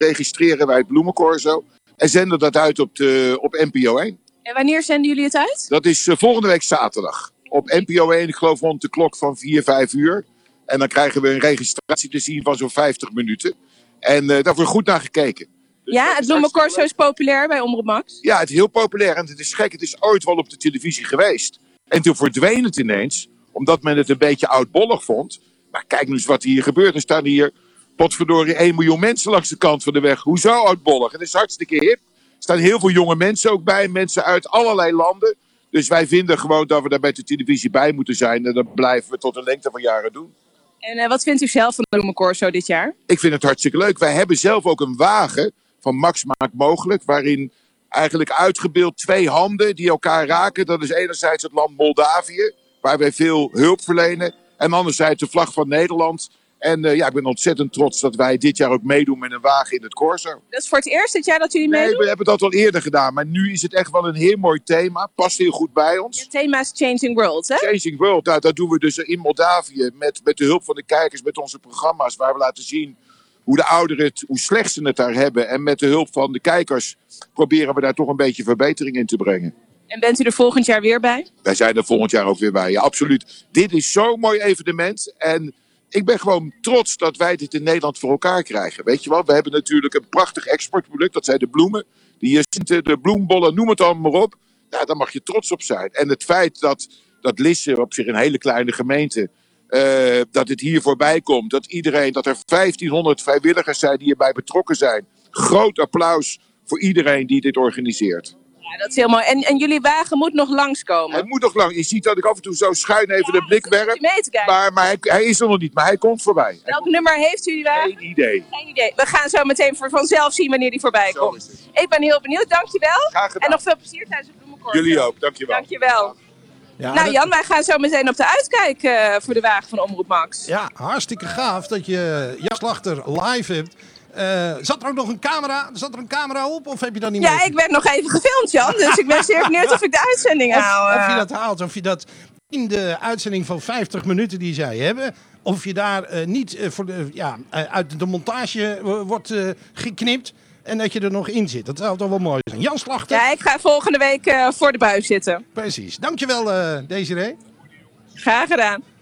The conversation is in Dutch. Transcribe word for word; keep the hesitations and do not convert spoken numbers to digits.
registreren wij het Bloemencorso en zenden dat uit op, de, op N P O één. En wanneer zenden jullie het uit? Dat is uh, volgende week zaterdag. Op N P O één, ik geloof rond de klok van vier, vijf uur. En dan krijgen we een registratie te zien van zo'n vijftig minuten. En uh, daar wordt goed naar gekeken. Dus ja, het Bloemencorso is populair bij Omroep Max? Ja, het is heel populair. En het is gek, het is ooit wel op de televisie geweest. En toen verdween het ineens, omdat men het een beetje oudbollig vond. Maar kijk nu eens wat hier gebeurt. Er staan hier, potverdorie, één miljoen mensen langs de kant van de weg. Hoezo oudbollig? Het is hartstikke hip. Er staan heel veel jonge mensen ook bij. Mensen uit allerlei landen. Dus wij vinden gewoon dat we daar bij de televisie bij moeten zijn. En dat blijven we tot een lengte van jaren doen. En uh, wat vindt u zelf van de Bloemencorso dit jaar? Ik vind het hartstikke leuk. Wij hebben zelf ook een wagen van Max Maakt Mogelijk. Waarin eigenlijk uitgebeeld twee handen die elkaar raken. Dat is enerzijds het land Moldavië, waar wij veel hulp verlenen. En anderzijds de vlag van Nederland. En uh, ja, ik ben ontzettend trots dat wij dit jaar ook meedoen met een wagen in het Corso. Dat is voor het eerst dit jaar dat jullie nee, meedoen? We hebben dat al eerder gedaan. Maar nu is het echt wel een heel mooi thema. Past heel goed bij ons. Het thema is Changing World, hè? Changing World, nou, dat doen we dus in Moldavië. Met, met de hulp van de kijkers, met onze programma's. Waar we laten zien hoe de ouderen het, hoe slecht ze het daar hebben. En met de hulp van de kijkers proberen we daar toch een beetje verbetering in te brengen. En bent u er volgend jaar weer bij? Wij zijn er volgend jaar ook weer bij, ja, absoluut. Dit is zo'n mooi evenement. En ik ben gewoon trots dat wij dit in Nederland voor elkaar krijgen. Weet je wel, we hebben natuurlijk een prachtig exportproduct. Dat zijn de bloemen, de hyacinten, de bloembollen, noem het allemaal maar op. Nou, daar mag je trots op zijn. En het feit dat, dat Lisse, op zich een hele kleine gemeente, uh, dat het hier voorbij komt. Dat iedereen, dat er vijftienhonderd vrijwilligers zijn die hierbij betrokken zijn. Groot applaus voor iedereen die dit organiseert. Ja, dat is heel mooi. En, en jullie wagen moet nog langskomen? Hij moet nog lang. Je ziet dat ik af en toe zo schuin even ja, de blik werp. Mee te kijken. Maar, maar hij, hij is er nog niet, maar hij komt voorbij. Welk nummer heeft u die wagen? Geen idee. Geen idee. We gaan zo meteen voor vanzelf zien wanneer die voorbij Zo komt. Ik ben heel benieuwd. Dankjewel. Graag gedaan. En nog veel plezier tijdens de Bloemencorso. Jullie ook. Dankjewel. Dankjewel. Ja, nou dat... Jan, wij gaan zo meteen op de uitkijk uh, voor de wagen van Omroep Max. Ja, hartstikke gaaf dat je Jan Slachter live hebt. Uh, zat er ook nog een camera? Zat er een camera op of heb je dat niet Ja, mee? ik werd nog even gefilmd, Jan. Dus ik ben zeer benieuwd of ik de uitzending of, haal. Uh... Of je dat haalt, of je dat in de uitzending van vijftig minuten die zij hebben, of je daar uh, niet uh, voor de, ja, uh, uit de montage uh, wordt uh, geknipt en dat je er nog in zit. Dat zou toch wel mooi zijn. Jan Slachter. Ja, ik ga volgende week uh, voor de buis zitten. Precies. Dankjewel, uh, Desiree. Graag gedaan.